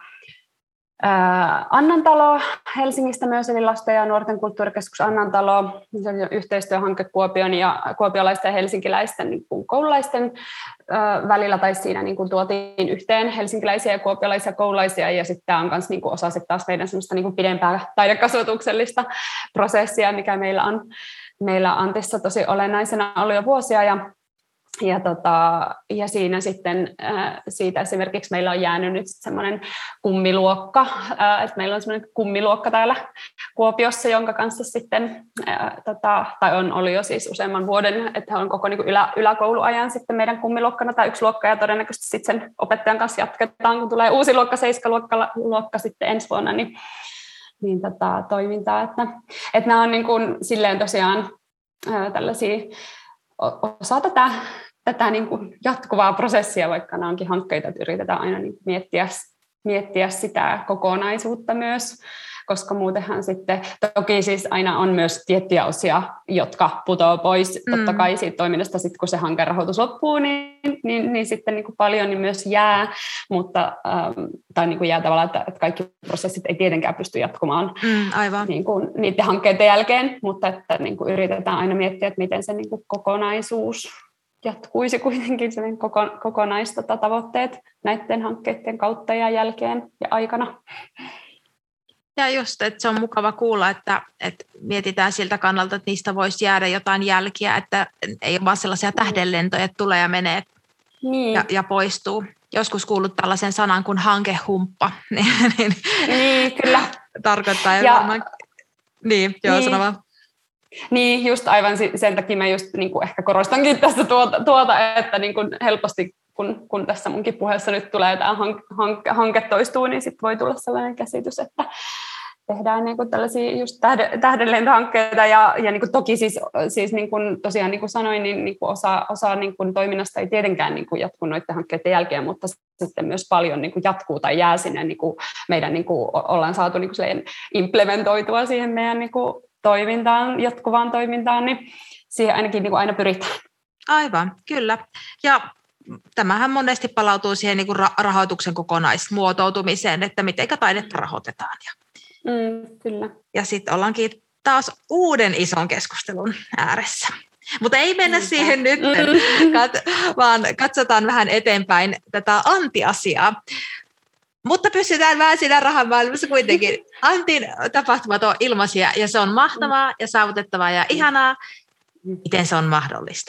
Annantalo Helsingistä myös, eli Lasten ja nuorten kulttuurikeskus Annantalo, se on yhteistyöhanke Kuopion ja kuopiolaisten ja helsinkiläisten niin kuin koululaisten välillä, tai siinä niin kuin tuotiin yhteen helsinkiläisiä ja kuopiolaisia koululaisia, ja sitten tämä on myös niin kuin osa sitten taas meidän semmoista niin kuin pidempää taidekasvatuksellista prosessia, mikä meillä on meillä Antissa tosi olennaisena ollut jo vuosia, ja Ja, tota, ja siinä sitten äh, siitä esimerkiksi meillä on jäänyt nyt semmoinen kummiluokka, äh, että meillä on semmoinen kummiluokka täällä Kuopiossa, jonka kanssa sitten, äh, tota, tai on ollut jo siis useamman vuoden, että he on koko niin kuin ylä, yläkouluajan sitten meidän kummiluokkana tai yksi luokka, ja todennäköisesti sitten sen opettajan kanssa jatketaan, kun tulee uusi luokka, seiskaluokka luokka sitten ensi vuonna, niin, niin tota, toimintaa, että, että nämä on niin kuin silleen tosiaan äh, tällaisia osa tätä, tätä niin kuin jatkuvaa prosessia, vaikka nämä onkin hankkeita, että yritetään aina niin miettiä, miettiä sitä kokonaisuutta myös, koska muutenhan sitten, toki siis aina on myös tiettyjä osia, jotka putoaa pois, mm. totta kai siitä toiminnasta, sitten kun se hankerahoitus loppuu, niin, niin, niin sitten niin kuin paljon niin myös jää, mutta, ähm, tai niin kuin jää tavallaan, että, että kaikki prosessit ei tietenkään pysty jatkumaan mm, aivan. Niin kuin niiden hankkeiden jälkeen, mutta että niin kuin yritetään aina miettiä, että miten se niin kuin kokonaisuus jatkuisi kuitenkin, se koko, kokonaista tavoitteet näiden hankkeiden kautta ja jälkeen ja aikana. Ja just, että se on mukava kuulla, että, että mietitään siltä kannalta, että niistä voisi jäädä jotain jälkiä, että ei ole vaan sellaisia tähdenlentoja, että tulee ja menee niin. ja, ja poistuu. Joskus kuullut tällaisen sanan kuin hankehumppa. niin, niin, kyllä. Tarkoittaa ja varmaan... Niin, joo, niin. sano vaan. Niin, just aivan sen takia mä just niin kuin ehkä korostankin tästä tuota, tuota että niin kuin helposti, kun, kun tässä munkin puheessa nyt tulee tämä hanke, hanke, hanke toistuu, niin sitten voi tulla sellainen käsitys, että tehdään niin kuin tällaisia just tähdenlentohankkeita, ja, ja niin kuin toki siis, siis niin kuin tosiaan niin kuin sanoin, niin, niin kuin osa, osa niin kuin toiminnasta ei tietenkään niin kuin jatku noiden hankkeiden jälkeen, mutta sitten myös paljon niin kuin jatkuu tai jää sinne, niin kuin meidän niin kuin ollaan saatu niin kuin implementoitua siihen meidän niin kuin toimintaan, jatkuvaan toimintaan, niin siihen ainakin niin kuin aina pyritään. Aivan, kyllä. Ja tämähän monesti palautuu siihen niin kuin rahoituksen kokonaismuotoutumiseen, että miten taidetta rahoitetaan. Ja, mm, kyllä. ja sitten ollaankin taas uuden ison keskustelun ääressä. Mutta ei mennä Mitä? siihen nyt, mm. vaan katsotaan vähän eteenpäin tätä Antti-asiaa. Mutta pysytään vähän siinä rahan maailmassa kuitenkin. Antin tapahtumat on ilmaisia, ja se on mahtavaa ja saavutettavaa ja ihanaa. Miten se on mahdollista?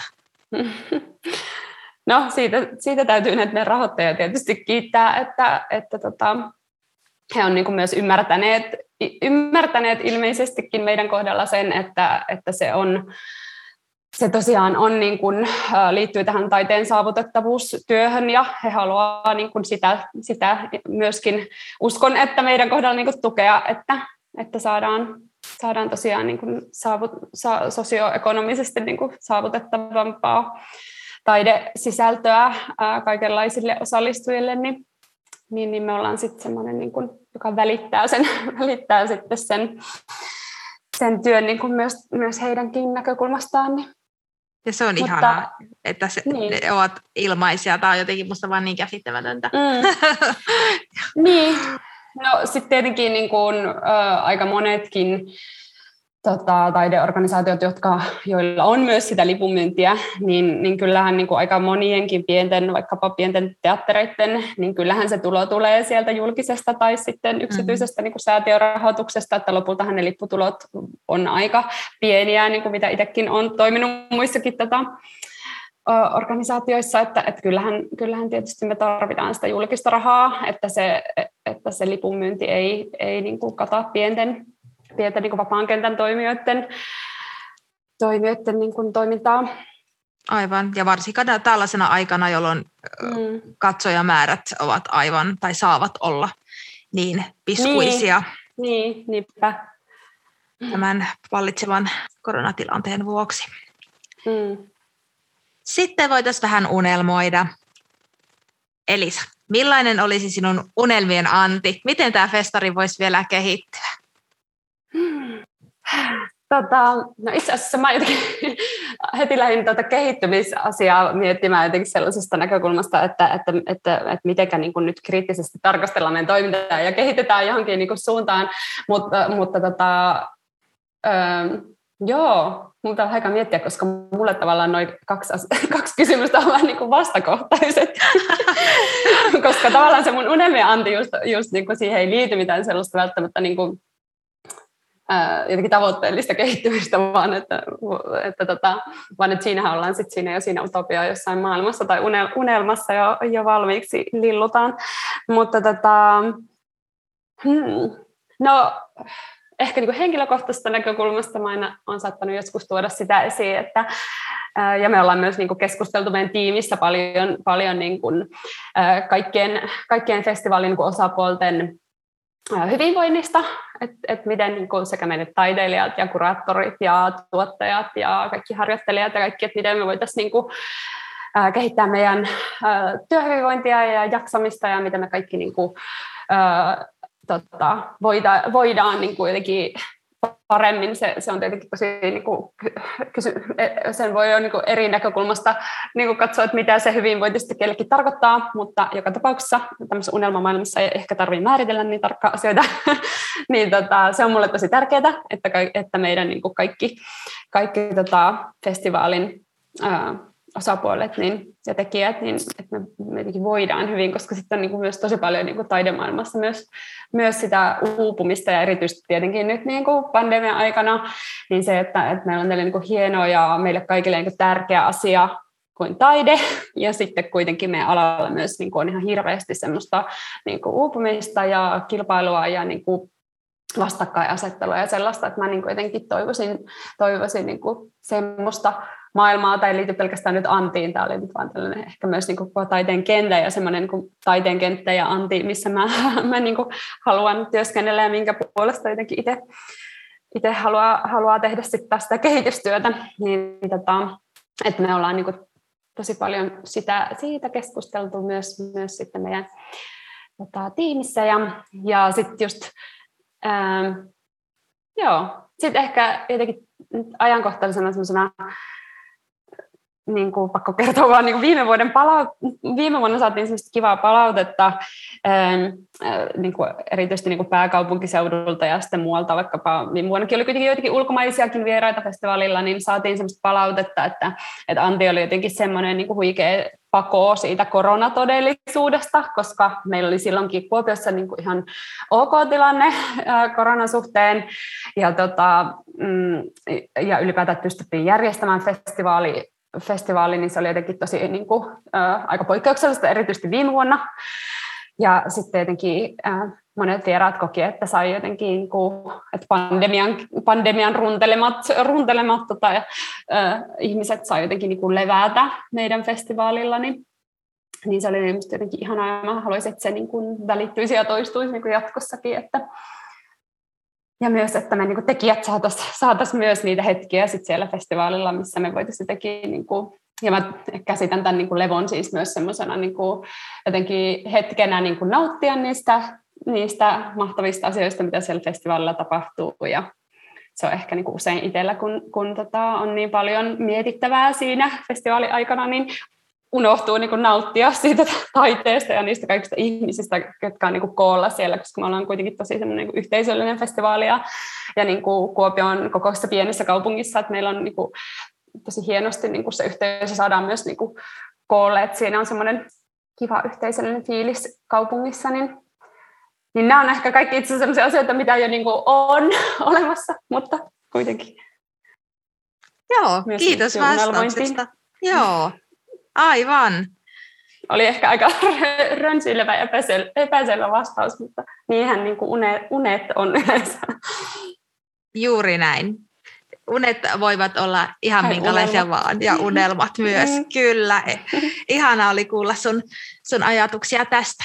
No siitä, siitä täytyy näiden rahoittajia tietysti kiittää, että, että tota, he on niin kuin myös ymmärtäneet, ymmärtäneet ilmeisestikin meidän kohdalla sen, että, että se on Se tosiaan on, niin kuin, liittyy tähän taiteen saavutettavuustyöhön, ja he haluaa niin kuin sitä, sitä myöskin, uskon, että meidän kohdalla niin kuin tukea, että, että saadaan, saadaan tosiaan niin kuin saavut, sa, sosioekonomisesti niin kuin saavutettavampaa taidesisältöä ää, kaikenlaisille osallistujille, niin, niin, niin me ollaan sitten semmoinen, niin kuin, joka välittää, sen, välittää sitten sen, sen työn niin kuin myös, myös heidänkin näkökulmastaan. Niin. Ja se on Mutta, ihanaa, että se, niin. ne ovat ilmaisia. Tämä on jotenkin musta vaan niin käsittämätöntä. Mm. Niin. No sitten tietenkin niin kuin, ä, aika monetkin tota, taideorganisaatiot, jotka, joilla on myös sitä lipunmyyntiä, niin, niin kyllähän niin kuin aika monienkin pienten, vaikkapa pienten teattereiden, niin kyllähän se tulo tulee sieltä julkisesta tai sitten yksityisestä mm. niin kuin säätiörahoituksesta, että lopultahan ne lipputulot on aika pieniä, niin kuin mitä itsekin on toiminut muissakin tota, organisaatioissa, että, että kyllähän, kyllähän tietysti me tarvitaan sitä julkista rahaa, että se, että se lipunmyynti ei, ei niin kuin kata pienten pientä niin kuin vapaan kentän toimijoiden, toimijoiden niin kuin toimintaa. Aivan, ja varsinkin tällaisena aikana, jolloin mm. katsojamäärät ovat aivan, tai saavat olla niin piskuisia. Niin, niin niinpä. Tämän vallitsevan koronatilanteen vuoksi. Mm. Sitten voitaisiin vähän unelmoida. Elisa, millainen olisi sinun unelmien anti? Miten tämä festari voisi vielä kehittyä? Tota, no itse asiassa mä jotenkin heti lähdin tuota kehittymisasiaa miettimään jotenkin sellaisesta näkökulmasta, että, että, että, että mitenkä niin kuin nyt kriittisesti tarkastellaan meidän toimintaa ja kehitetään johonkin niin kuin suuntaan, mutta, mutta tota, ähm, joo, multa on aika miettiä, koska mulle tavallaan noin kaksi, kaksi kysymystä on vähän niin kuin vastakohtaiset, koska tavallaan se mun unelmien anti just, just niin kuin siihen ei liity mitään sellaista välttämättä niin kuin Ää, jotenkin tavoitteellista kehittymistä, vaan että, että, tota, vaan että siinähän ollaan sit siinä jo siinä utopia jossain maailmassa tai unel, unelmassa jo, jo valmiiksi lillutaan. Mutta tota, hmm, no ehkä niin kuin henkilökohtaisesta näkökulmasta mä aina olen saattanut joskus tuoda sitä esiin, että ää, ja me ollaan myös niin kuin keskusteltu meidän tiimissä paljon, paljon niin kuin, ää, kaikkien, kaikkien festivaalin niin kuin osapuolten hyvinvoinnista, että et miten niin kuin sekä meidän taiteilijat ja kuraattorit ja tuottajat ja kaikki harjoittelijat ja kaikki, että miten me voitaisiin niin kuin, ää, kehittää meidän ää, työhyvinvointia ja jaksamista ja miten me kaikki niin kuin, ää, tota, voida, voidaan niin kuin jotenkin paremmin. Se, se on tietenkin tosi, niin kuin, kysy, sen voi jo niin kuin eri näkökulmasta niin kuin katsoa, että mitä se hyvinvointi sitten kellekin tarkoittaa, mutta joka tapauksessa tämmöisessä unelmamaailmassa ei ehkä tarvitse määritellä niin tarkkaa asioita, niin tota, se on mulle tosi tärkeää, että, että meidän niin kuin kaikki, kaikki tota, festivaalin ää, osapuolet niin, ja tekijät, niin että me, me jotenkin voidaan hyvin, koska sitten on niin kuin myös tosi paljon niin kuin taidemaailmassa myös, myös sitä uupumista, ja erityisesti tietenkin nyt niin kuin pandemian aikana, niin se, että, että meillä on tällainen niin kuin hieno ja meille kaikille niin kuin tärkeä asia kuin taide, ja sitten kuitenkin meidän alalla myös niin kuin on ihan hirveästi semmoista niin kuin uupumista ja kilpailua ja niin kuin vastakkainasettelua ja sellaista, että mä niin kuin jotenkin toivoisin, toivoisin niin kuin semmoista maailmaa, tai ei liity pelkästään nyt antiin, tämä oli nyt vaan tällainen ehkä myös niin kuin taiteen kenttä ja semmoinen niin kuin taiteen kenttä ja anti, missä mä, mä niin kuin haluan työskennellä ja minkä puolesta jotenkin itse, itse haluaa, haluaa tehdä sit tästä kehitystyötä, niin tota, että me ollaan niin kuin tosi paljon sitä, siitä keskusteltu myös, myös sitten meidän tota, tiimissä ja, ja sitten just Ähm, joo, sitten ehkä jotenkin ajankohtaisena semmoisena, niin kuin pakko kertoa vaan niin kuin viime vuoden palaut- viime vuonna saatiin semmoista kivaa palautetta, ähm, äh, niin kuin erityisesti niin kuin pääkaupunkiseudulta ja sitten muualta, vaikkapa viime vuonnakin oli kuitenkin joitakin ulkomaisiakin vieraita festivaalilla, niin saatiin semmoista palautetta, että, että anti oli jotenkin semmoinen niin kuin huikea pakoo siitä koronatodellisuudesta, koska meillä oli silloinkin Kuopiossa niin kuin ihan ok tilanne ää, koronan suhteen, ja, tota, mm, ja ylipäätään pystyttiin järjestämään festivaali, festivaali niin se oli jotenkin tosi niin kuin, ää, aika poikkeuksellista, erityisesti viime vuonna. Ja sitten tietenkin ää, monet vieraat koki, että sai jotenkin, niin kuin, että pandemian, pandemian runtelemat, runtelemat tota, ää, ihmiset sai jotenkin niin kuin levätä meidän festivaalilla, niin, niin se oli minusta jotenkin ihanaa, ja mä haluaisin, että se niin kuin välittyisi ja toistuisi niin kuin jatkossakin, että, Ja myös, että me niin kuin tekijät saataisiin saatais myös niitä hetkiä sit siellä festivaalilla, missä me voitaisiin jotenkin, niin kuin, ja mä käsitän tämän niin kuin levon siis myös semmoisena niin kuin jotenkin hetkenä niin kuin nauttia niistä, niistä mahtavista asioista, mitä siellä festivaalilla tapahtuu. Ja se on ehkä niin kuin usein itsellä, kun, kun tota, on niin paljon mietittävää siinä festivaaliaikana, niin unohtuu niin kuin nauttia siitä taiteesta ja niistä kaikista ihmisistä, jotka on niin kuin koolla siellä, koska me ollaan kuitenkin tosi semmoinen niin kuin yhteisöllinen festivaali ja, ja niin kuin Kuopion kokoisessa pienessä kaupungissa, että meillä on niin kuin tosi hienosti niin kuin se yhteisö saadaan myös niin kuin koolle, että siinä on semmoinen kiva yhteisöllinen fiilis kaupungissa, niin, niin nämä on ehkä kaikki itse asiassa sellaisia asioita, mitä jo niin kuin on olemassa, mutta kuitenkin. Joo, myös kiitos vastauksesta. Joo. Aivan. Oli ehkä aika rönsyilevä ja epäsel- epäselvä vastaus, mutta niinhän niin kuin unet, unet on yleensä. Juuri näin. Unet voivat olla ihan Ai, minkälaisia unelmat. vaan, ja unelmat myös, mm. kyllä. Ihana oli kuulla sun, sun ajatuksia tästä.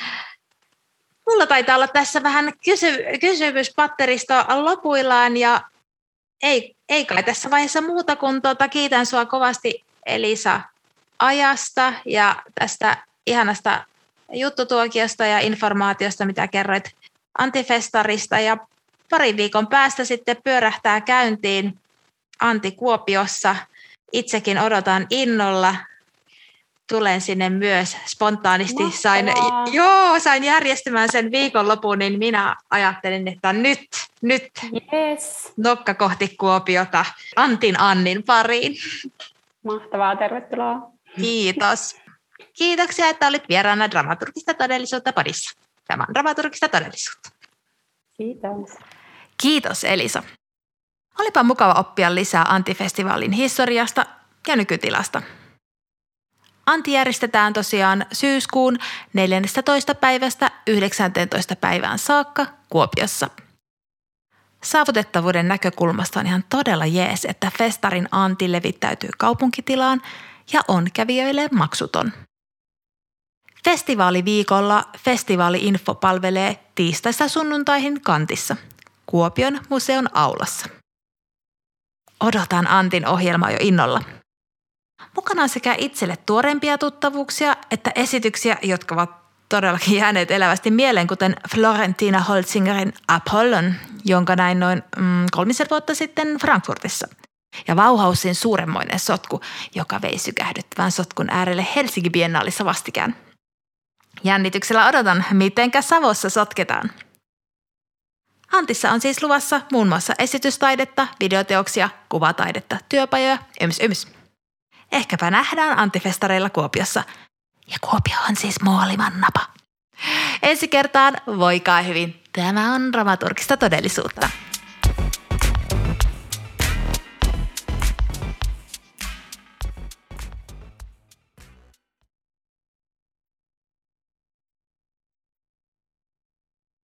Mulla taitaa olla tässä vähän kysy- kysymyspatteristo lopuillaan, ja ei, ei kai tässä vaiheessa muuta kuin tuota, kiitän sua kovasti, Elisa, ajasta ja tästä ihanasta juttutuokiosta ja informaatiosta, mitä kerroit Antifestarista. Ja parin viikon päästä sitten pyörähtää käyntiin Anti Kuopiossa. Itsekin odotan innolla. Tulen sinne myös spontaanisti. Sain, joo, sain järjestämään sen viikonlopun, niin minä ajattelin, että nyt, nyt yes. nokka kohti Kuopiota Antin Annin pariin. Mahtavaa, tervetuloa. Kiitos. Kiitoksia, että olit vieraana Dramaturgista todellisuutta parissa. Tämä on Dramaturgista todellisuutta. Kiitos. Kiitos, Elisa. Olipa mukava oppia lisää Antifestivaalin historiasta ja nykytilasta. Anti järjestetään tosiaan syyskuun neljännestätoista päivästä yhdeksänteentoista päivään saakka Kuopiossa. Saavutettavuuden näkökulmasta on ihan todella jees, että festarin Anti levittäytyy kaupunkitilaan ja on kävijöille maksuton. Festivaaliviikolla Festivaali-info palvelee tiistaista sunnuntaihin Kantissa, Kuopion museon aulassa. Odotan Antin ohjelmaa jo innolla. Mukana on sekä itselle tuoreempia tuttavuuksia että esityksiä, jotka ovat todellakin jääneet elävästi mieleen, kuten Florentina Holzingerin Apollon, jonka näin noin mm, kolmisen vuotta sitten Frankfurtissa. Ja Bauhausin suuremmoinen sotku, joka vei sykähdyttävän sotkun äärelle Helsinki Biennaalissa vastikään. Jännityksellä odotan, mitenkä Savossa sotketaan. Antissa on siis luvassa muun muassa esitystaidetta, videoteoksia, kuvataidetta, työpajoja, yms yms. Ehkäpä nähdään Antifestareilla Kuopiossa. Ja Kuopio on siis Mooliman napa. Ensi kertaan voikaa hyvin. Tämä on Dramaturgista todellisuutta.